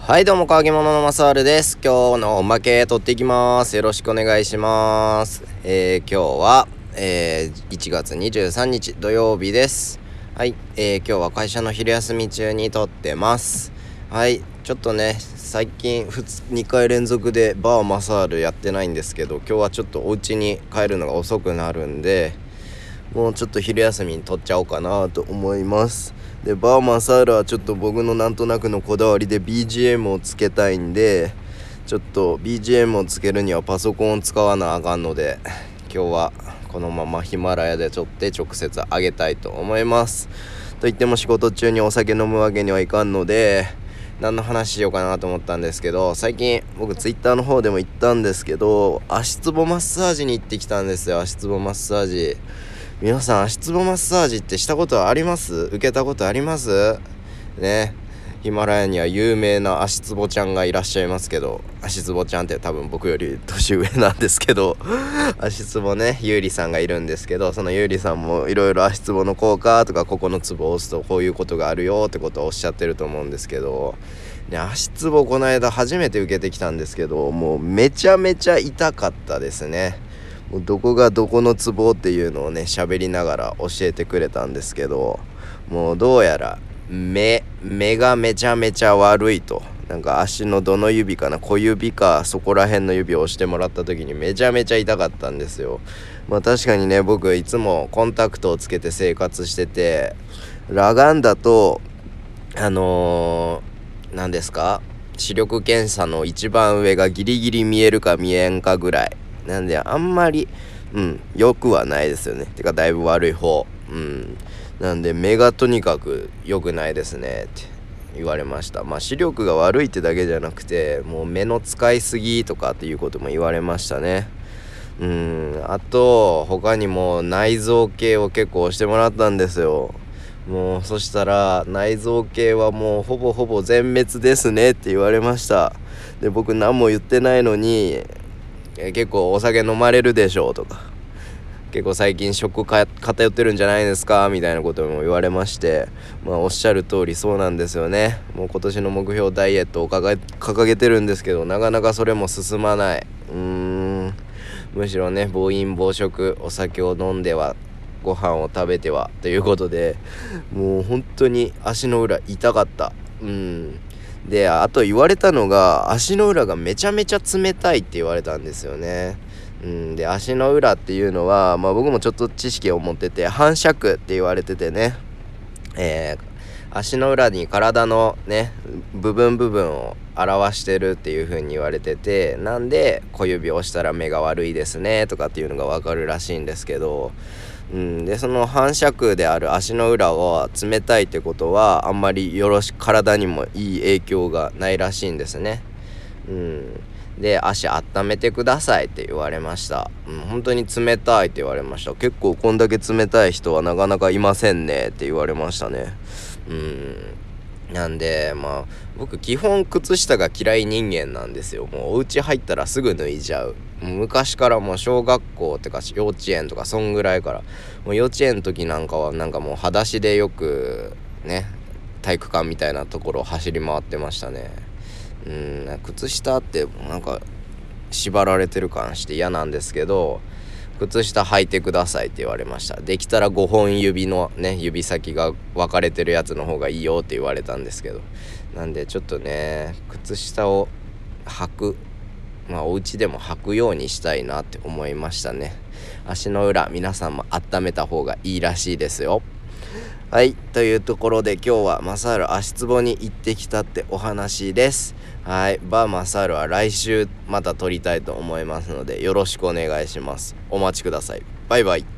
はい、どうも、乾物のマサールです。今日のおまけ取っていきます。よろしくお願いします。今日は、1月23日土曜日です。はい、今日は会社の昼休み中に撮ってます。はい、ちょっとね、最近2回連続でバーマサールやってないんですけど、今日はちょっとお家に帰るのが遅くなるんで、もうちょっと昼休みに撮っちゃおうかなと思います。でバーマサールはちょっと僕のなんとなくのこだわりで BGM をつけたいんで、ちょっと BGM をつけるにはパソコンを使わなあかんので、今日はこのままヒマラヤで撮って直接あげたいと思います。といっても仕事中にお酒飲むわけにはいかんので、何の話しようかなと思ったんですけど、最近僕ツイッターの方でも言ったんですけど、足つぼマッサージに行ってきたんですよ。足つぼマッサージ、皆さん足つぼマッサージってしたことはあります？受けたことありますね。ヒマラヤには有名な足つぼちゃんがいらっしゃいますけど、足つぼちゃんって多分僕より年上なんですけど足つぼね、ゆうりさんがいるんですけど、そのゆうりさんもいろいろ足つぼの効果とか、ここのつぼを押すとこういうことがあるよってことをおっしゃってると思うんですけどね。足つぼこの間初めて受けてきたんですけど、もうめちゃめちゃ痛かったですね。もうどこがどこのツボっていうのをね喋りながら教えてくれたんですけど、もうどうやら目がめちゃめちゃ悪いと。なんか足のどの指かな、小指かそこら辺の指を押してもらった時にめちゃめちゃ痛かったんですよ。まあ確かにね、僕いつもコンタクトをつけて生活してて、裸眼だと何ですか、視力検査の一番上がギリギリ見えるか見えんかぐらいなんで、あんまり良くはないですよね。てかだいぶ悪い方。なんで目がとにかく良くないですねって言われました。まあ視力が悪いってだけじゃなくて、もう目の使いすぎとかっていうことも言われましたね。あと他にも内臓系を結構押してもらったんですよ。もうそしたら内臓系はもうほぼほぼ全滅ですねって言われました。で僕何も言ってないのに、結構お酒飲まれるでしょうとか、結構最近食偏ってるんじゃないですかみたいなことも言われまして、まあおっしゃる通りそうなんですよね。もう今年の目標ダイエットを掲げてるんですけど、なかなかそれも進まない。むしろね、暴飲暴食、お酒を飲んではご飯を食べてはということで、もう本当に足の裏痛かった。であと言われたのが、足の裏がめちゃめちゃ冷たいって言われたんですよね。で足の裏っていうのは、まあ僕もちょっと知識を持ってて、反射区って言われててね、足の裏に体のね部分を表してるっていう風に言われてて、なんで小指を押したら目が悪いですねとかっていうのがわかるらしいんですけど、でその反射区である足の裏は冷たいってことは、あんまり体にもいい影響がないらしいんですね。で足温めてくださいって言われました。本当に冷たいって言われました。結構こんだけ冷たい人はなかなかいませんねって言われましたね。なんでまあ僕基本靴下が嫌い人間なんですよ。もうお家入ったらすぐ脱いじゃう。もう昔からもう小学校ってか幼稚園とかそんぐらいから、もう幼稚園の時なんかはなんかもう裸足でよくね体育館みたいなところを走り回ってましたね。靴下ってなんか縛られてる感して嫌なんですけど、靴下履いてくださいって言われました。できたら5本指のね指先が分かれてるやつの方がいいよって言われたんですけど、なんでちょっとね靴下を履く、お家でも履くようにしたいなって思いましたね。足の裏皆さんも温めた方がいいらしいですよ。はい、というところで今日はマサール足つぼに行ってきたってお話です。はい、バーマサールは来週また撮りたいと思いますので、よろしくお願いします。お待ちください。バイバイ。